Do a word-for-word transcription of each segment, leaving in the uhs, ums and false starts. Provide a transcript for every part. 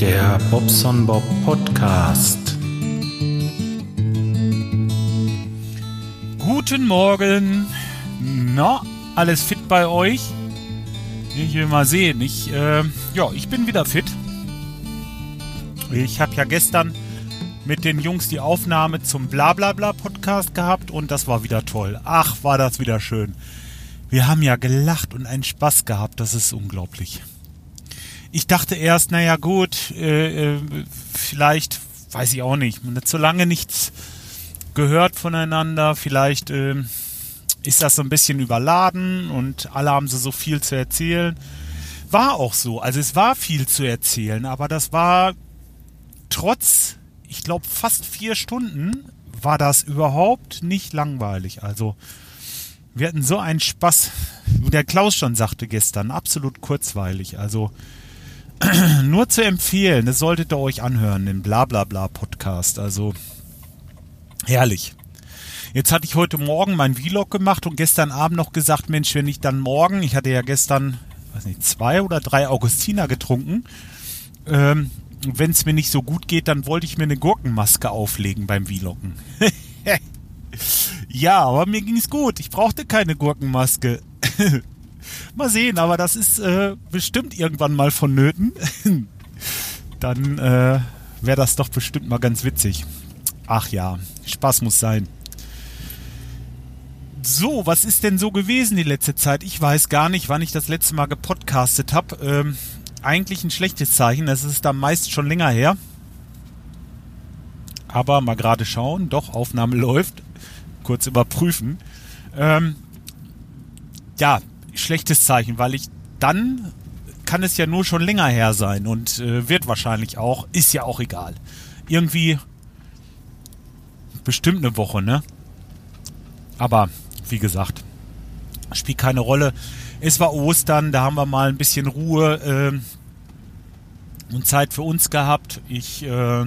Der Bobson Bob Podcast. Guten Morgen. Na, alles fit bei euch? Ich will mal sehen. Ich, äh, ja, ich bin wieder fit. Ich habe ja gestern mit den Jungs die Aufnahme zum Blablabla Podcast gehabt und das war wieder toll. Ach, war das wieder schön. Wir haben ja gelacht und einen Spaß gehabt. Das ist unglaublich. Ich dachte erst, naja gut, äh, äh, vielleicht, weiß ich auch nicht, man hat so lange nichts gehört voneinander, vielleicht äh, ist das so ein bisschen überladen und alle haben so, so viel zu erzählen. War auch so, also es war viel zu erzählen, aber das war trotz, ich glaube fast vier Stunden, war das überhaupt nicht langweilig. Also wir hatten so einen Spaß, wie der Klaus schon sagte gestern, absolut kurzweilig, also nur zu empfehlen, das solltet ihr euch anhören, den Blablabla-Podcast, also herrlich. Jetzt hatte ich heute Morgen mein Vlog gemacht und gestern Abend noch gesagt, Mensch, wenn ich dann morgen, ich hatte ja gestern, weiß nicht, zwei oder drei Augustiner getrunken, ähm, wenn es mir nicht so gut geht, dann wollte ich mir eine Gurkenmaske auflegen beim Vloggen. Ja, aber mir ging es gut, ich brauchte keine Gurkenmaske. Mal sehen, aber das ist äh, bestimmt irgendwann mal vonnöten. Dann äh, wäre das doch bestimmt mal ganz witzig. Ach ja, Spaß muss sein. So, was ist denn so gewesen die letzte Zeit? Ich weiß gar nicht, wann ich das letzte Mal gepodcastet habe. Ähm, eigentlich ein schlechtes Zeichen, das ist dann meist schon länger her. Aber mal gerade schauen, doch, Aufnahme läuft. Kurz überprüfen. Ähm, ja, schlechtes Zeichen, weil ich dann kann es ja nur schon länger her sein und äh, wird wahrscheinlich auch, ist ja auch egal. Irgendwie bestimmt eine Woche, ne? Aber wie gesagt, spielt keine Rolle. Es war Ostern, da haben wir mal ein bisschen Ruhe äh, und Zeit für uns gehabt. Ich äh,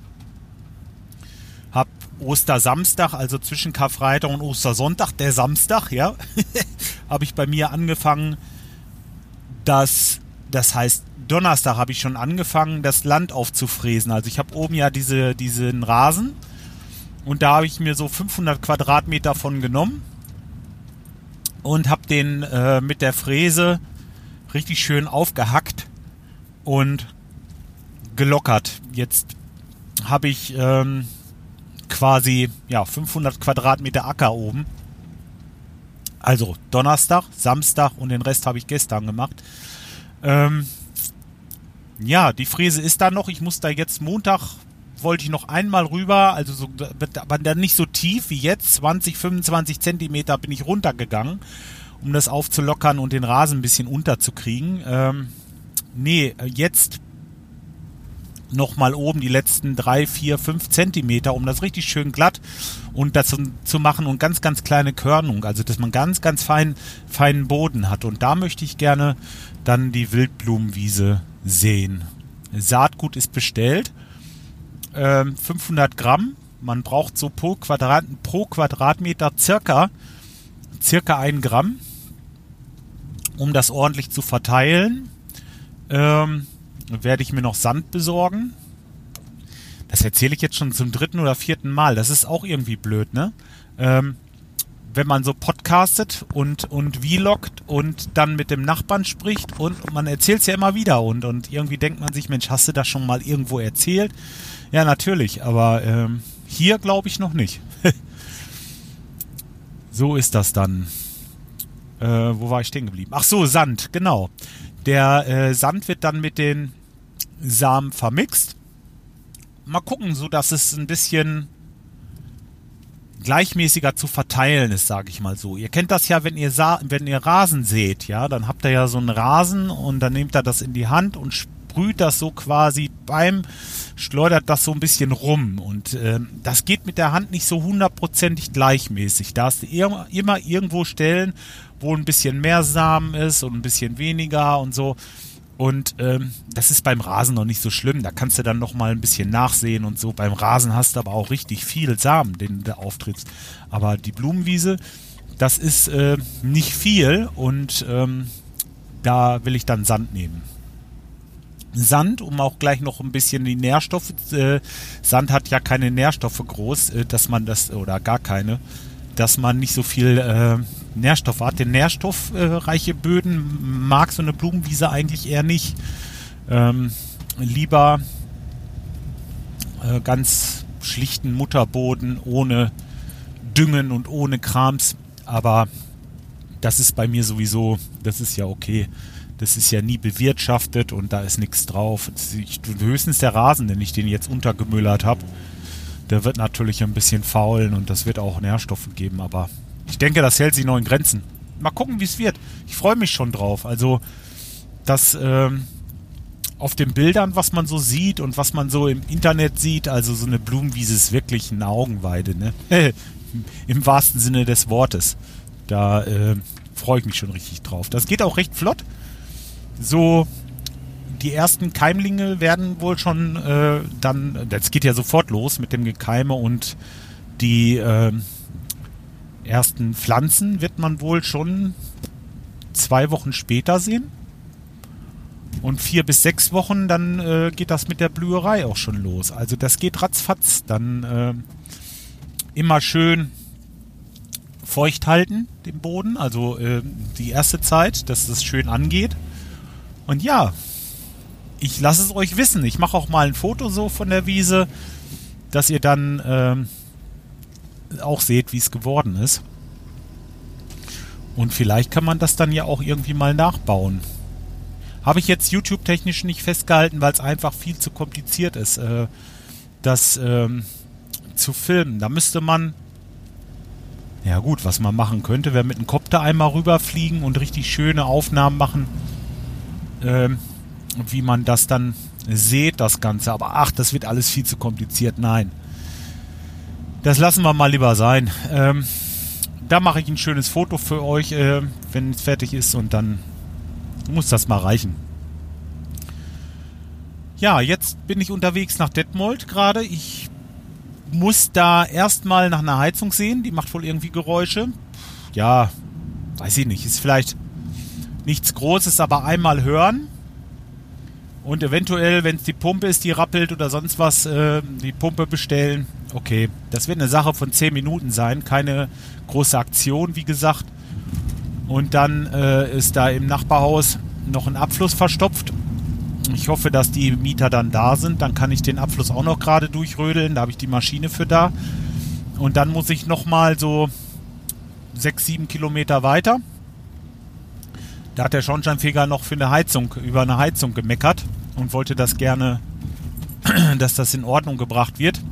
habe Ostersamstag, also zwischen Karfreitag und Ostersonntag, der Samstag, ja, habe ich bei mir angefangen, das, das heißt, Donnerstag habe ich schon angefangen, das Land aufzufräsen. Also ich habe oben ja diese, diesen Rasen und da habe ich mir so fünfhundert Quadratmeter von genommen und habe den äh, mit der Fräse richtig schön aufgehackt und gelockert. Jetzt habe ich ähm, quasi ja fünfhundert Quadratmeter Acker oben. Also Donnerstag, Samstag und den Rest habe ich gestern gemacht. Ähm, ja, die Fräse ist da noch. Ich muss da jetzt Montag, wollte ich noch einmal rüber, also so, aber dann nicht so tief wie jetzt, zwanzig, fünfundzwanzig Zentimeter bin ich runtergegangen, um das aufzulockern und den Rasen ein bisschen unterzukriegen. Ähm, nee, jetzt nochmal oben die letzten drei, vier, fünf Zentimeter, um das richtig schön glatt und das zu machen und ganz, ganz kleine Körnung, also dass man ganz, ganz fein, feinen Boden hat. Und da möchte ich gerne dann die Wildblumenwiese sehen. Saatgut ist bestellt, ähm, fünfhundert Gramm. Man braucht so pro, Quadrat, pro Quadratmeter circa, circa ein Gramm, um das ordentlich zu verteilen. Ähm, werde ich mir noch Sand besorgen. Das erzähle ich jetzt schon zum dritten oder vierten Mal. Das ist auch irgendwie blöd, ne? Ähm, wenn man so podcastet und, und vloggt und dann mit dem Nachbarn spricht und man erzählt es ja immer wieder und, und irgendwie denkt man sich, Mensch, hast du das schon mal irgendwo erzählt? Ja, natürlich, aber ähm, hier glaube ich noch nicht. So ist das dann. Äh, wo war ich stehen geblieben? Ach so, Sand, genau. Der äh, Sand wird dann mit den Samen vermixt. Mal gucken, so dass es ein bisschen gleichmäßiger zu verteilen ist, sage ich mal so. Ihr kennt das ja, wenn ihr Sa- wenn ihr Rasen seht, ja, dann habt ihr ja so einen Rasen und dann nehmt ihr das in die Hand und sprüht das so quasi beim, schleudert das so ein bisschen rum und äh, das geht mit der Hand nicht so hundertprozentig gleichmäßig. Da hast du immer, immer irgendwo Stellen, wo ein bisschen mehr Samen ist und ein bisschen weniger und so. Und ähm, das ist beim Rasen noch nicht so schlimm. Da kannst du dann noch mal ein bisschen nachsehen und so. Beim Rasen hast du aber auch richtig viel Samen, den du auftrittst. Aber die Blumenwiese, das ist äh, nicht viel und ähm, da will ich dann Sand nehmen. Sand, um auch gleich noch ein bisschen die Nährstoffe, äh, Sand hat ja keine Nährstoffe groß, äh, dass man das, oder gar keine, dass man nicht so viel äh, Nährstoffe hat. Denn nährstoffreiche Böden mag so eine Blumenwiese eigentlich eher nicht. Ähm, lieber äh, ganz schlichten Mutterboden ohne Düngen und ohne Krams, aber das ist bei mir sowieso, das ist ja okay. Das ist ja nie bewirtschaftet und da ist nichts drauf. Ich, höchstens der Rasen, den ich den jetzt untergemüllert habe, der wird natürlich ein bisschen faulen und das wird auch Nährstoffe geben, aber ich denke, das hält sich noch in Grenzen. Mal gucken, wie es wird. Ich freue mich schon drauf. Also, das ähm, auf den Bildern, was man so sieht und was man so im Internet sieht, also so eine Blumenwiese ist wirklich eine Augenweide, ne? Im wahrsten Sinne des Wortes. Da äh, freue ich mich schon richtig drauf. Das geht auch recht flott. So, die ersten Keimlinge werden wohl schon äh, dann, das geht ja sofort los mit dem Gekeime und die äh, ersten Pflanzen wird man wohl schon zwei Wochen später sehen. Und vier bis sechs Wochen, dann äh, geht das mit der Blüherei auch schon los. Also das geht ratzfatz. Dann äh, immer schön feucht halten, den Boden. Also äh, die erste Zeit, dass das schön angeht. Und ja, ich lasse es euch wissen. Ich mache auch mal ein Foto so von der Wiese, dass ihr dann äh, auch seht, wie es geworden ist. Und vielleicht kann man das dann ja auch irgendwie mal nachbauen. Habe ich jetzt YouTube-technisch nicht festgehalten, weil es einfach viel zu kompliziert ist, äh, das ähm, zu filmen. Da müsste man, ja gut, was man machen könnte, wäre mit einem Kopter einmal rüberfliegen und richtig schöne Aufnahmen machen, ähm, wie man das dann sieht, das Ganze. Aber ach, das wird alles viel zu kompliziert. Nein. Das lassen wir mal lieber sein. Ähm, da mache ich ein schönes Foto für euch, äh, wenn es fertig ist und dann muss das mal reichen. Ja, jetzt bin ich unterwegs nach Detmold gerade. Ich muss da erstmal nach einer Heizung sehen. Die macht wohl irgendwie Geräusche. Ja, weiß ich nicht. Ist vielleicht nichts Großes, aber einmal hören. Und eventuell, wenn es die Pumpe ist, die rappelt oder sonst was, äh, die Pumpe bestellen. Okay, das wird eine Sache von zehn Minuten sein. Keine große Aktion, wie gesagt. Und dann äh, ist da im Nachbarhaus noch ein Abfluss verstopft. Ich hoffe, dass die Mieter dann da sind. Dann kann ich den Abfluss auch noch gerade durchrödeln. Da habe ich die Maschine für da. Und dann muss ich nochmal so sechs, sieben Kilometer weiter. Da hat der Schornsteinfeger noch für eine Heizung, über eine Heizung gemeckert und wollte das gerne, dass das in Ordnung gebracht wird.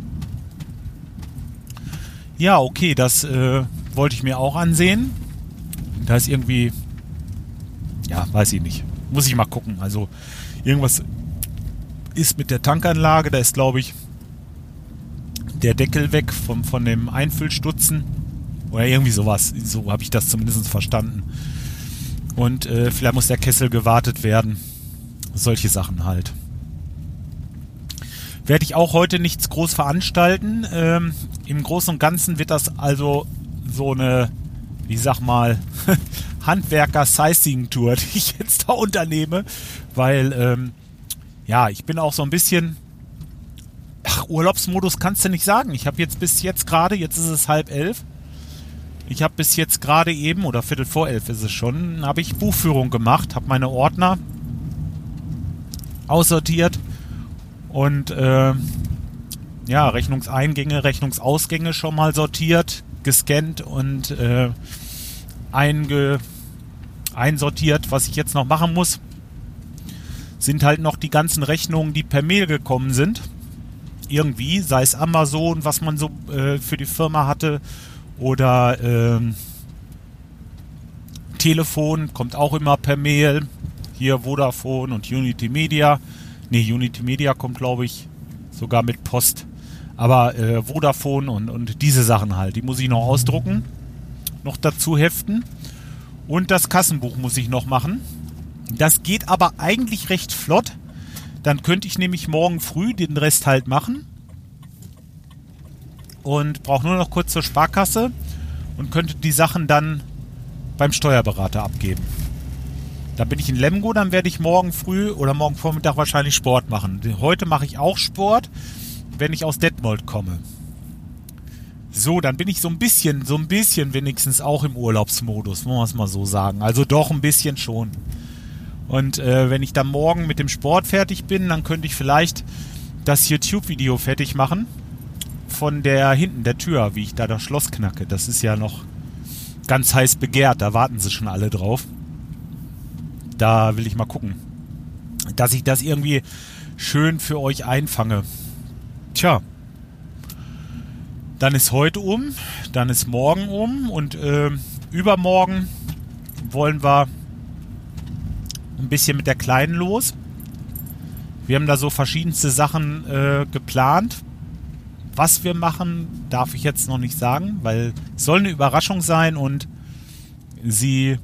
Ja, okay, das äh, wollte ich mir auch ansehen. Da ist irgendwie, ja, weiß ich nicht. Muss ich mal gucken. Also irgendwas ist mit der Tankanlage. Da ist, glaube ich, der Deckel weg vom, von dem Einfüllstutzen. Oder irgendwie sowas. So habe ich das zumindest verstanden. Und äh, vielleicht muss der Kessel gewartet werden. Solche Sachen halt. Werde ich auch heute nichts groß veranstalten. Ähm, im Großen und Ganzen wird das also so eine, ich sag mal, Handwerker-Sightseeing-Tour, die ich jetzt da unternehme. Weil, ähm, ja, ich bin auch so ein bisschen, ach, Urlaubsmodus kannst du nicht sagen. Ich habe jetzt bis jetzt gerade, jetzt ist es halb elf, ich habe bis jetzt gerade eben, oder Viertel vor elf ist es schon, habe ich Buchführung gemacht, habe meine Ordner aussortiert und äh, ja, Rechnungseingänge, Rechnungsausgänge schon mal sortiert, gescannt und äh, einge, einsortiert. Was ich jetzt noch machen muss, sind halt noch die ganzen Rechnungen, die per Mail gekommen sind. Irgendwie, sei es Amazon, was man so äh, für die Firma hatte, oder ähm, Telefon, kommt auch immer per Mail. Hier Vodafone und Unity Media. Ne, Unity Media kommt, glaube ich, sogar mit Post. Aber äh, Vodafone und, und diese Sachen halt, die muss ich noch ausdrucken, noch dazu heften. Und das Kassenbuch muss ich noch machen. Das geht aber eigentlich recht flott. Dann könnte ich nämlich morgen früh den Rest halt machen. Und brauche nur noch kurz zur Sparkasse und könnte die Sachen dann beim Steuerberater abgeben. Dann bin ich in Lemgo, dann werde ich morgen früh oder morgen Vormittag wahrscheinlich Sport machen. Heute mache ich auch Sport, wenn ich aus Detmold komme. So, dann bin ich so ein bisschen, so ein bisschen wenigstens auch im Urlaubsmodus, muss man es mal so sagen. Also doch ein bisschen schon. Und äh, wenn ich dann morgen mit dem Sport fertig bin, dann könnte ich vielleicht das YouTube-Video fertig machen von der hinten der Tür, wie ich da das Schloss knacke. Das ist ja noch ganz heiß begehrt, da warten sie schon alle drauf. Da will ich mal gucken, dass ich das irgendwie schön für euch einfange. Tja, dann ist heute um, dann ist morgen um und äh, übermorgen wollen wir ein bisschen mit der Kleinen los. Wir haben da so verschiedenste Sachen äh, geplant. Was wir machen, darf ich jetzt noch nicht sagen, weil es soll eine Überraschung sein und sie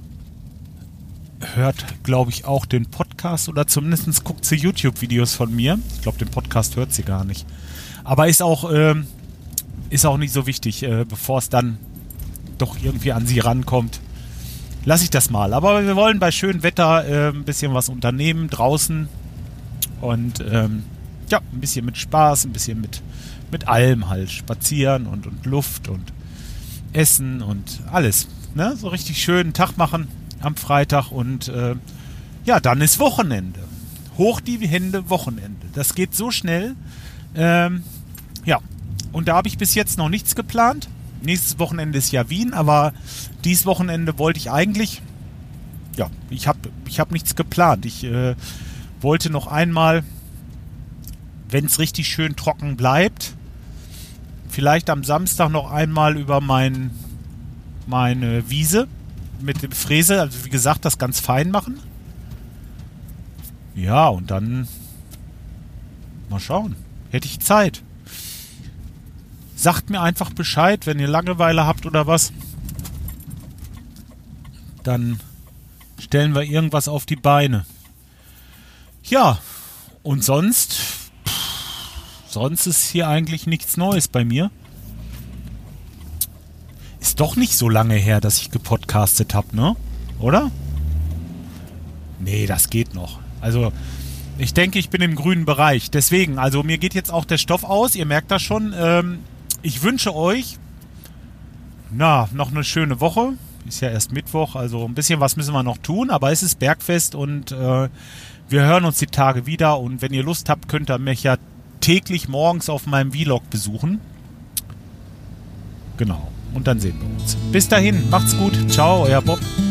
hört, glaube ich, auch den Podcast oder zumindest guckt sie YouTube-Videos von mir. Ich glaube, den Podcast hört sie gar nicht. Aber ist auch, äh, ist auch nicht so wichtig, äh, bevor es dann doch irgendwie an sie rankommt. Lass ich das mal. Aber wir wollen bei schönem Wetter äh, ein bisschen was unternehmen draußen und ähm, ja, ein bisschen mit Spaß, ein bisschen mit, mit allem halt. Spazieren und, und Luft und Essen und alles. Ne? So richtig schönen Tag machen am Freitag und äh, ja, dann ist Wochenende. Hoch die Hände, Wochenende. Das geht so schnell. Ähm, ja, und da habe ich bis jetzt noch nichts geplant. Nächstes Wochenende ist ja Wien, aber dieses Wochenende wollte ich eigentlich, ja, ich habe ich hab nichts geplant. Ich äh, wollte noch einmal, wenn es richtig schön trocken bleibt, vielleicht am Samstag noch einmal über mein, meine Wiese mit dem Fräse, also wie gesagt, das ganz fein machen. Ja, und dann mal schauen. Hätte ich Zeit. Sagt mir einfach Bescheid, wenn ihr Langeweile habt oder was. Dann stellen wir irgendwas auf die Beine. Ja, und sonst, pff, sonst ist hier eigentlich nichts Neues bei mir. Ist doch nicht so lange her, dass ich gepodcastet habe, ne? Oder? Nee, das geht noch. Also, ich denke, ich bin im grünen Bereich. Deswegen, also mir geht jetzt auch der Stoff aus. Ihr merkt das schon. Ähm, ich wünsche euch, na, noch eine schöne Woche. Ist ja erst Mittwoch, also ein bisschen was müssen wir noch tun. Aber es ist Bergfest und äh, wir hören uns die Tage wieder. Und wenn ihr Lust habt, könnt ihr mich ja täglich morgens auf meinem Vlog besuchen. Genau. Und dann sehen wir uns. Bis dahin, macht's gut. Ciao, euer Bob.